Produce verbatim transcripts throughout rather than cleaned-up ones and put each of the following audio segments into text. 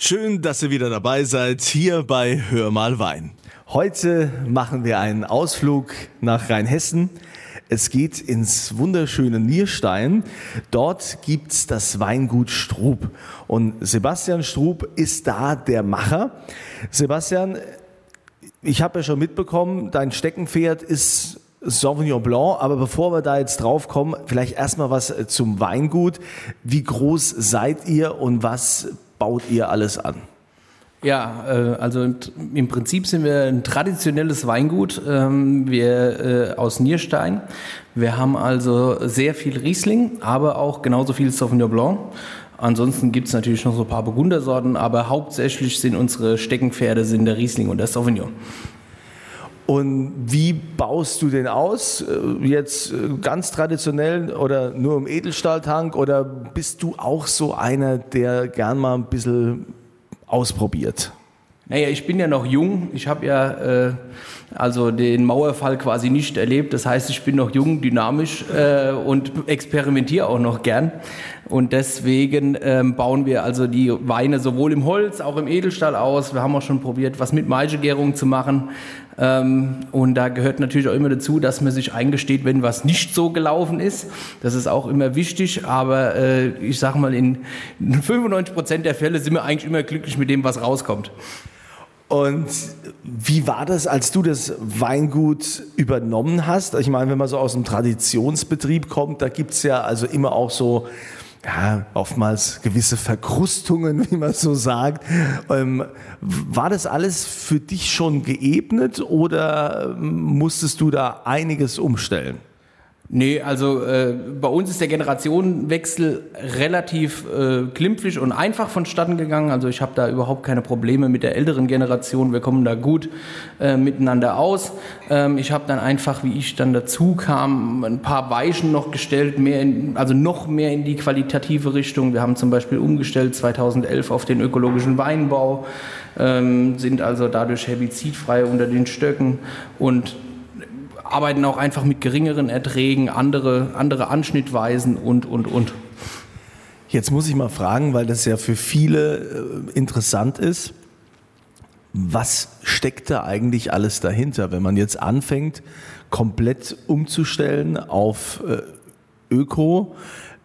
Schön, dass ihr wieder dabei seid, hier bei Hör mal Wein. Heute machen wir einen Ausflug nach Rheinhessen. Es geht ins wunderschöne Nierstein. Dort gibt's das Weingut Strub. Und Sebastian Strub ist da der Macher. Sebastian, ich habe ja schon mitbekommen, dein Steckenpferd ist Sauvignon Blanc, aber bevor wir da jetzt drauf kommen, vielleicht erstmal was zum Weingut. Wie groß seid ihr und was baut ihr alles an? Ja, äh, also im Prinzip sind wir ein traditionelles Weingut, ähm, wir äh, aus Nierstein. Wir haben also sehr viel Riesling, aber auch genauso viel Sauvignon Blanc. Ansonsten gibt es natürlich noch so ein paar Burgundersorten, aber hauptsächlich sind unsere Steckenpferde sind der Riesling und der Sauvignon. Und wie baust du den aus? Jetzt ganz traditionell oder nur im Edelstahltank? Oder bist du auch so einer, der gern mal ein bisschen ausprobiert? Naja, ich bin ja noch jung. Ich habe ja äh, also den Mauerfall quasi nicht erlebt. Das heißt, ich bin noch jung, dynamisch äh, und experimentiere auch noch gern. Und deswegen ähm, bauen wir also die Weine sowohl im Holz, auch im Edelstahl aus. Wir haben auch schon probiert, was mit Maishegärung zu machen. Ähm, und da gehört natürlich auch immer dazu, dass man sich eingesteht, wenn was nicht so gelaufen ist. Das ist auch immer wichtig. Aber äh, ich sage mal, in fünfundneunzig Prozent der Fälle sind wir eigentlich immer glücklich mit dem, was rauskommt. Und wie war das, als du das Weingut übernommen hast? Ich meine, wenn man so aus einem Traditionsbetrieb kommt, da gibt es ja also immer auch so, ja, oftmals gewisse Verkrustungen, wie man so sagt. Ähm, war das alles für dich schon geebnet oder musstest du da einiges umstellen? Nee, also äh, bei uns ist der Generationenwechsel relativ äh, glimpflich und einfach vonstatten gegangen. Also ich habe da überhaupt keine Probleme mit der älteren Generation. Wir kommen da gut äh, miteinander aus. Ähm, ich habe dann einfach, wie ich dann dazu kam, ein paar Weichen noch gestellt, mehr in, also noch mehr in die qualitative Richtung. Wir haben zum Beispiel umgestellt zweitausendelf auf den ökologischen Weinbau, ähm, sind also dadurch herbizidfrei unter den Stöcken und arbeiten auch einfach mit geringeren Erträgen, andere, andere Anschnittweisen und, und, und. Jetzt muss ich mal fragen, weil das ja für viele äh, interessant ist, was steckt da eigentlich alles dahinter, wenn man jetzt anfängt, komplett umzustellen auf äh, Öko?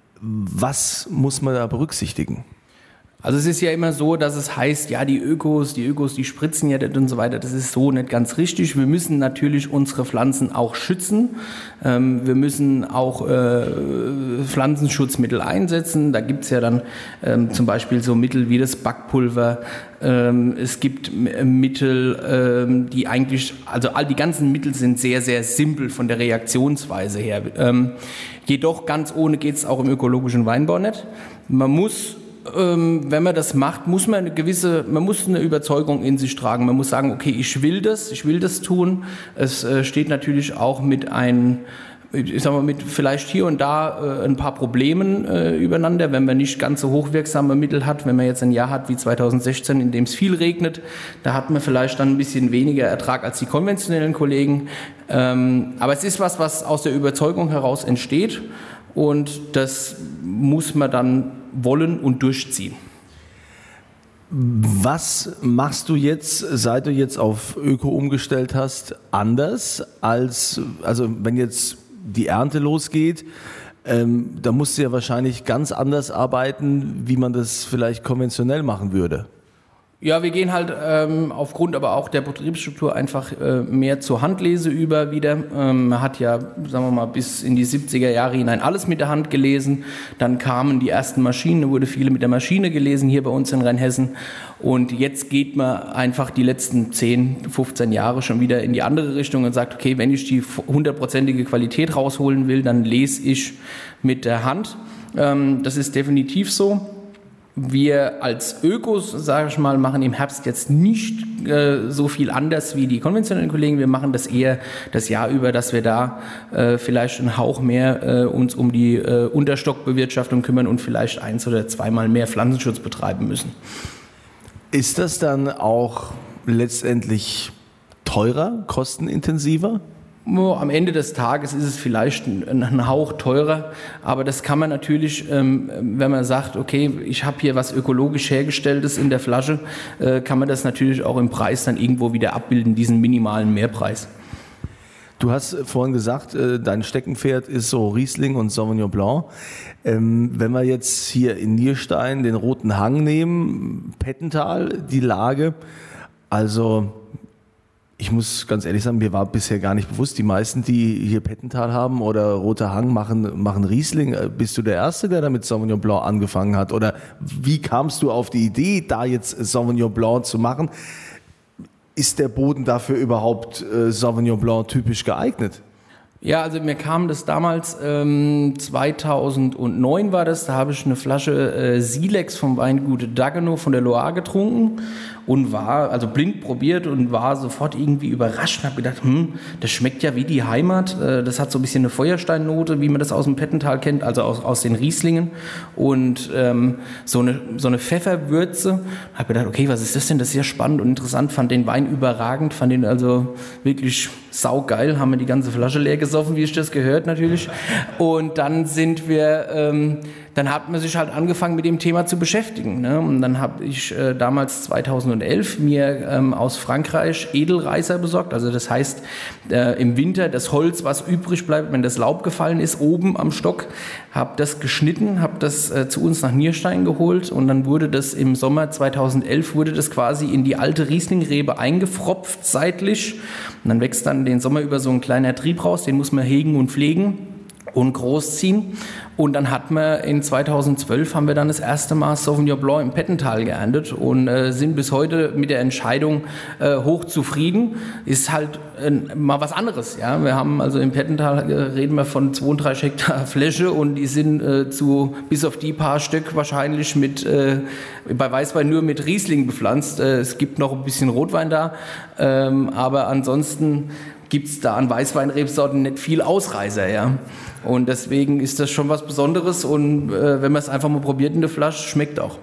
Was muss man da berücksichtigen? Also es ist ja immer so, dass es heißt, ja, die Ökos, die Ökos, die spritzen ja und so weiter. Das ist so nicht ganz richtig. Wir müssen natürlich unsere Pflanzen auch schützen. Ähm, wir müssen auch äh, Pflanzenschutzmittel einsetzen. Da gibt's ja dann ähm, zum Beispiel so Mittel wie das Backpulver. Ähm, es gibt Mittel, ähm, die eigentlich, also all die ganzen Mittel sind sehr, sehr simpel von der Reaktionsweise her. Ähm, jedoch ganz ohne geht's auch im ökologischen Weinbau nicht. Man muss wenn man das macht, muss man eine gewisse, man muss eine Überzeugung in sich tragen. Man muss sagen, okay, ich will das, ich will das tun. Es steht natürlich auch mit ein, ich sag mal, mit vielleicht hier und da ein paar Problemen übereinander, wenn man nicht ganz so hochwirksame Mittel hat. Wenn man jetzt ein Jahr hat wie zweitausendsechzehn, in dem es viel regnet, da hat man vielleicht dann ein bisschen weniger Ertrag als die konventionellen Kollegen. Aber es ist was, was aus der Überzeugung heraus entsteht. Und das muss man dann wollen und durchziehen. Was machst du jetzt, seit du jetzt auf Öko umgestellt hast, anders als, also wenn jetzt die Ernte losgeht, ähm, da musst du ja wahrscheinlich ganz anders arbeiten, wie man das vielleicht konventionell machen würde. Ja, wir gehen halt ähm, aufgrund aber auch der Betriebsstruktur einfach äh, mehr zur Handlese über wieder. Ähm, man hat ja, sagen wir mal, bis in die siebziger Jahre hinein alles mit der Hand gelesen. Dann kamen die ersten Maschinen, da wurde viele mit der Maschine gelesen hier bei uns in Rheinhessen. Und jetzt geht man einfach die letzten zehn, fünfzehn Jahre schon wieder in die andere Richtung und sagt, okay, wenn ich die hundertprozentige Qualität rausholen will, dann lese ich mit der Hand. Ähm, das ist definitiv so. Wir als Ökos, sage ich mal, machen im Herbst jetzt nicht äh, so viel anders wie die konventionellen Kollegen. Wir machen das eher das Jahr über, dass wir da äh, vielleicht einen Hauch mehr äh, uns um die äh, Unterstockbewirtschaftung kümmern und vielleicht eins oder zweimal mehr Pflanzenschutz betreiben müssen. Ist das dann auch letztendlich teurer, kostenintensiver? Am Ende des Tages ist es vielleicht ein, ein Hauch teurer, aber das kann man natürlich, ähm, wenn man sagt, okay, ich habe hier was ökologisch hergestelltes in der Flasche, äh, kann man das natürlich auch im Preis dann irgendwo wieder abbilden, diesen minimalen Mehrpreis. Du hast vorhin gesagt, dein Steckenpferd ist so Riesling und Sauvignon Blanc. Wenn wir jetzt hier in Nierstein den Roten Hang nehmen, Pettental, die Lage, also ich muss ganz ehrlich sagen, mir war bisher gar nicht bewusst, die meisten, die hier Pettental haben oder Roter Hang machen, machen Riesling. Bist du der Erste, der da mit Sauvignon Blanc angefangen hat? Oder wie kamst du auf die Idee, da jetzt Sauvignon Blanc zu machen? Ist der Boden dafür überhaupt äh, Sauvignon Blanc typisch geeignet? Ja, also mir kam das damals, ähm, zweitausendneun war das, da habe ich eine Flasche äh, Silex vom Weingut Dagenau von der Loire getrunken und war, also blind probiert und war sofort irgendwie überrascht und habe gedacht, hm, das schmeckt ja wie die Heimat, äh, das hat so ein bisschen eine Feuersteinnote, wie man das aus dem Pettental kennt, also aus, aus den Rieslingen und ähm, so eine, so eine Pfefferwürze. Habe gedacht, okay, was ist das denn, das ist ja spannend und interessant, fand den Wein überragend, fand den also wirklich saugeil, haben wir die ganze Flasche leer gesoffen, wie ich das gehört natürlich. Und dann sind wir, ähm, dann hat man sich halt angefangen mit dem Thema zu beschäftigen. Ne? Und dann habe ich äh, damals zweitausendelf mir ähm, aus Frankreich Edelreiser besorgt. Also das heißt, äh, im Winter das Holz, was übrig bleibt, wenn das Laub gefallen ist, oben am Stock, habe das geschnitten, habe das äh, zu uns nach Nierstein geholt und dann wurde das im Sommer zweitausendelf wurde das quasi in die alte Rieslingrebe eingefropft seitlich. Und dann wächst dann den Sommer über so ein kleiner Trieb raus, den muss man hegen und pflegen und großziehen. Und dann hat man in zweitausendzwölf haben wir dann das erste Mal Sauvignon Blanc im Pettental geerntet und äh, sind bis heute mit der Entscheidung äh, hoch zufrieden. Ist halt äh, mal was anderes. Ja? Wir haben also im Pettental, äh, reden wir von zweiunddreißig Hektar Fläche und die sind äh, zu, bis auf die paar Stück wahrscheinlich mit, äh, bei Weißwein nur mit Riesling bepflanzt. Äh, es gibt noch ein bisschen Rotwein da, ähm, aber ansonsten gibt es da an Weißweinrebsorten nicht viel Ausreißer, ja. Und deswegen ist das schon was Besonderes und äh, wenn man es einfach mal probiert in der Flasche, schmeckt auch.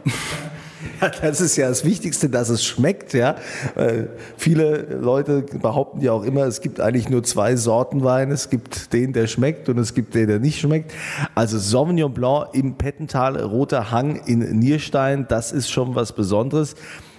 Ja, das ist ja das Wichtigste, dass es schmeckt, ja. Äh, viele Leute behaupten ja auch immer, es gibt eigentlich nur zwei Sorten Wein. Es gibt den, der schmeckt und es gibt den, der nicht schmeckt. Also Sauvignon Blanc im Pettental, Roter Hang in Nierstein, das ist schon was Besonderes,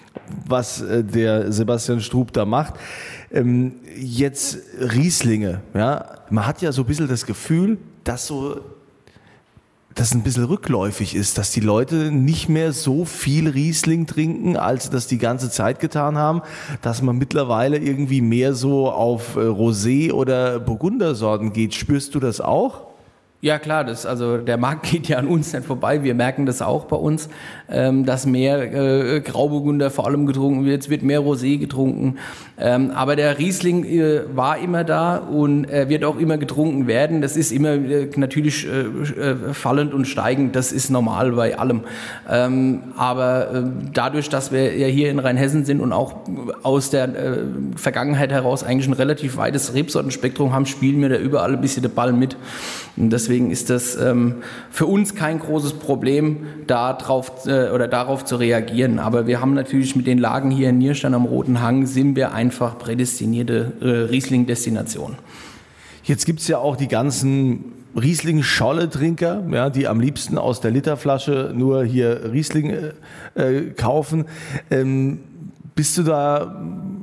was äh, der Sebastian Strub da macht. Ähm, jetzt Rieslinge, ja, man hat ja so ein bisschen das Gefühl, dass so, dass es ein bisschen rückläufig ist, dass die Leute nicht mehr so viel Riesling trinken, als sie das die ganze Zeit getan haben, dass man mittlerweile irgendwie mehr so auf Rosé oder Burgundersorten geht. Spürst du das auch? Ja klar, das, also der Markt geht ja an uns nicht vorbei, wir merken das auch bei uns, ähm, dass mehr äh, Grauburgunder vor allem getrunken wird, es wird mehr Rosé getrunken, ähm, aber der Riesling äh, war immer da und er wird auch immer getrunken werden, das ist immer äh, natürlich äh, fallend und steigend, das ist normal bei allem, ähm, aber äh, dadurch, dass wir ja hier in Rheinhessen sind und auch aus der äh, Vergangenheit heraus eigentlich ein relativ weites Rebsortenspektrum haben, spielen wir da überall ein bisschen den Ball mit und das Deswegen ist das ähm, für uns kein großes Problem, da drauf, äh, oder darauf zu reagieren. Aber wir haben natürlich mit den Lagen hier in Nierstein am Roten Hang, sind wir einfach prädestinierte äh, Riesling-Destinationen. Jetzt gibt es ja auch die ganzen Riesling-Scholle-Trinker, ja, die am liebsten aus der Literflasche nur hier Riesling äh, kaufen. Ähm, bist du da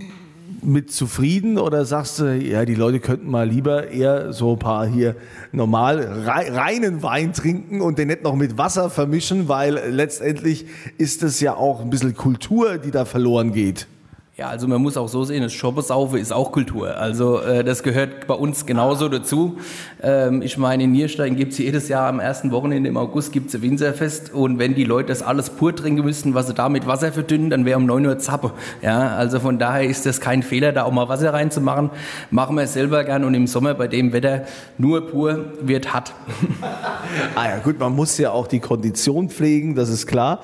mit zufrieden oder sagst du, ja, die Leute könnten mal lieber eher so ein paar hier normal reinen Wein trinken und den nicht noch mit Wasser vermischen, weil letztendlich ist es ja auch ein bisschen Kultur, die da verloren geht. Ja, also man muss auch so sehen, das Schoppesaufe ist auch Kultur. Also äh, das gehört bei uns genauso dazu. Ähm, ich meine, in Nierstein gibt es jedes Jahr am ersten Wochenende im August gibt's ein Winzerfest und wenn die Leute das alles pur trinken müssten, was sie da mit Wasser verdünnen, dann wäre um neun Uhr Zappe. Ja, also von daher ist das kein Fehler, da auch mal Wasser reinzumachen. Machen wir es selber gern und im Sommer bei dem Wetter nur pur wird hart. Ah ja, gut, man muss ja auch die Kondition pflegen, das ist klar.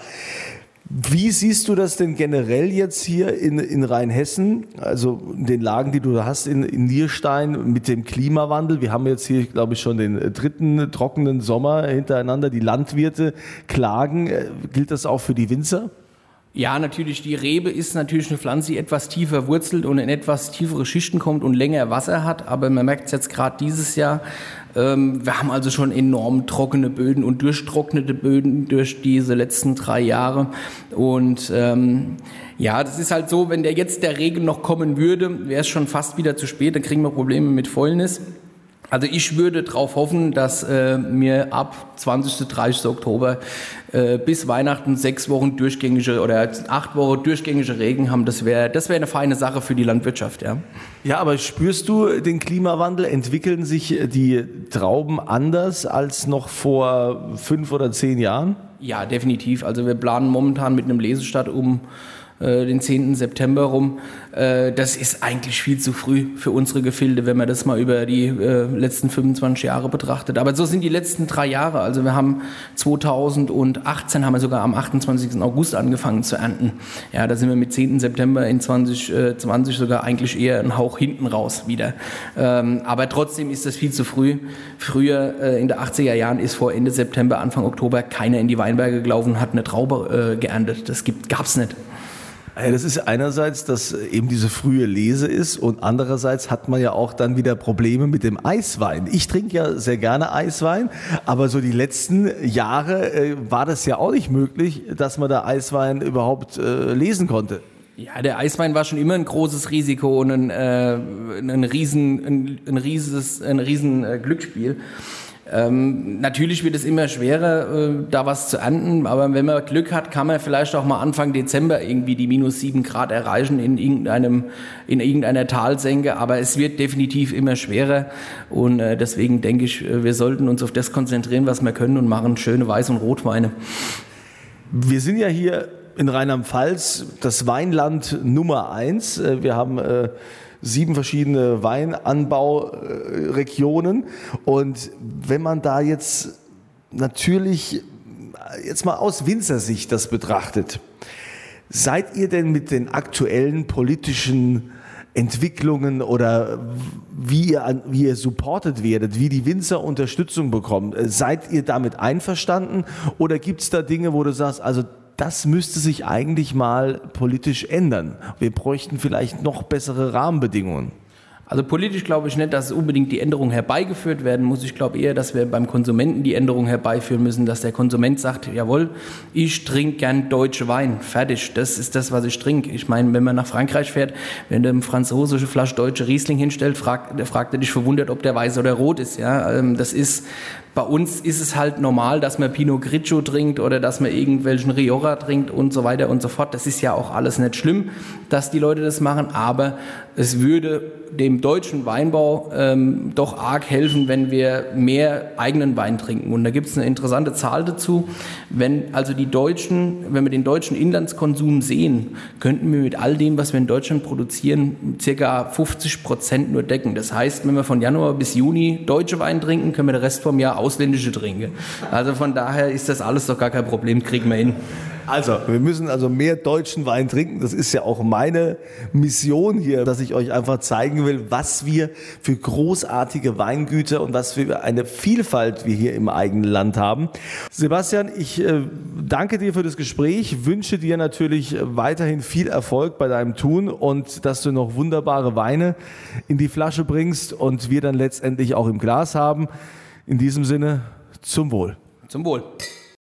Wie siehst du das denn generell jetzt hier in, in Rheinhessen, also in den Lagen, die du da hast in, in Nierstein mit dem Klimawandel? Wir haben jetzt hier, glaube ich, schon den dritten trockenen Sommer hintereinander. Die Landwirte klagen. Gilt das auch für die Winzer? Ja, natürlich, die Rebe ist natürlich eine Pflanze, die etwas tiefer wurzelt und in etwas tiefere Schichten kommt und länger Wasser hat. Aber man merkt es jetzt gerade dieses Jahr, ähm, wir haben also schon enorm trockene Böden und durchtrocknete Böden durch diese letzten drei Jahre. Und ähm, ja, das ist halt so, wenn der jetzt der Regen noch kommen würde, wäre es schon fast wieder zu spät, dann kriegen wir Probleme mit Fäulnis. Also ich würde darauf hoffen, dass äh, wir ab zwanzigsten, dreißigsten Oktober äh, bis Weihnachten sechs Wochen durchgängige oder acht Wochen durchgängige Regen haben. Das wäre das wäre eine feine Sache für die Landwirtschaft, ja. Ja, aber spürst du den Klimawandel? Entwickeln sich die Trauben anders als noch vor fünf oder zehn Jahren? Ja, definitiv. Also wir planen momentan mit einem Lesestart um den zehnten September rum. Das ist eigentlich viel zu früh für unsere Gefilde, wenn man das mal über die letzten fünfundzwanzig Jahre betrachtet. Aber so sind die letzten drei Jahre. Also wir haben zweitausendachtzehn haben wir sogar am achtundzwanzigsten August angefangen zu ernten. Ja, da sind wir mit zehnten September in zwanzig zwanzig sogar eigentlich eher einen Hauch hinten raus wieder. Aber trotzdem ist das viel zu früh. Früher in den achtziger Jahren ist vor Ende September, Anfang Oktober keiner in die Weinberge gelaufen und hat eine Traube geerntet. Das gab es nicht. Ja, das ist einerseits, dass eben diese frühe Lese ist und andererseits hat man ja auch dann wieder Probleme mit dem Eiswein. Ich trinke ja sehr gerne Eiswein, aber so die letzten Jahre äh, war das ja auch nicht möglich, dass man da Eiswein überhaupt äh, lesen konnte. Ja, der Eiswein war schon immer ein großes Risiko und ein, äh, ein riesen, ein, ein rieses, ein riesen äh, Glücksspiel. Ähm, natürlich wird es immer schwerer, äh, da was zu ernten, aber wenn man Glück hat, kann man vielleicht auch mal Anfang Dezember irgendwie die minus sieben Grad erreichen in irgendeinem, in irgendeiner Talsenke, aber es wird definitiv immer schwerer und äh, deswegen denke ich, wir sollten uns auf das konzentrieren, was wir können und machen schöne Weiß- und Rotweine. Wir sind ja hier in Rheinland-Pfalz das Weinland Nummer eins. Wir haben äh, sieben verschiedene Weinanbauregionen. Und wenn man da jetzt natürlich jetzt mal aus Winzersicht das betrachtet, seid ihr denn mit den aktuellen politischen Entwicklungen oder wie ihr, wie ihr supportet werdet, wie die Winzer Unterstützung bekommen, seid ihr damit einverstanden oder gibt es da Dinge, wo du sagst, also das müsste sich eigentlich mal politisch ändern. Wir bräuchten vielleicht noch bessere Rahmenbedingungen. Also politisch glaube ich nicht, dass unbedingt die Änderung herbeigeführt werden muss. Ich glaube eher, dass wir beim Konsumenten die Änderung herbeiführen müssen, dass der Konsument sagt, jawohl, ich trinke gern deutsche Wein, fertig, das ist das, was ich trinke. Ich meine, wenn man nach Frankreich fährt, wenn du eine französische Flasche deutsche Riesling hinstellt, fragt, der fragt er dich verwundert, ob der weiß oder rot ist. Ja, das ist Bei uns ist es halt normal, dass man Pinot Grigio trinkt oder dass man irgendwelchen Rioja trinkt und so weiter und so fort. Das ist ja auch alles nicht schlimm, dass die Leute das machen, aber es würde dem deutschen Weinbau ähm, doch arg helfen, wenn wir mehr eigenen Wein trinken. Und da gibt es eine interessante Zahl dazu. Wenn also die Deutschen, wenn wir den deutschen Inlandskonsum sehen, könnten wir mit all dem, was wir in Deutschland produzieren, circa fünfzig Prozent nur decken. Das heißt, wenn wir von Januar bis Juni deutsche Wein trinken, können wir den Rest vom Jahr ausländische trinken. Also von daher ist das alles doch gar kein Problem, kriegen wir hin. Also, wir müssen also mehr deutschen Wein trinken. Das ist ja auch meine Mission hier, dass ich euch einfach zeigen will, was wir für großartige Weingüter und was für eine Vielfalt wir hier im eigenen Land haben. Sebastian, ich äh, danke dir für das Gespräch, wünsche dir natürlich weiterhin viel Erfolg bei deinem Tun und dass du noch wunderbare Weine in die Flasche bringst und wir dann letztendlich auch im Glas haben. In diesem Sinne, zum Wohl. Zum Wohl.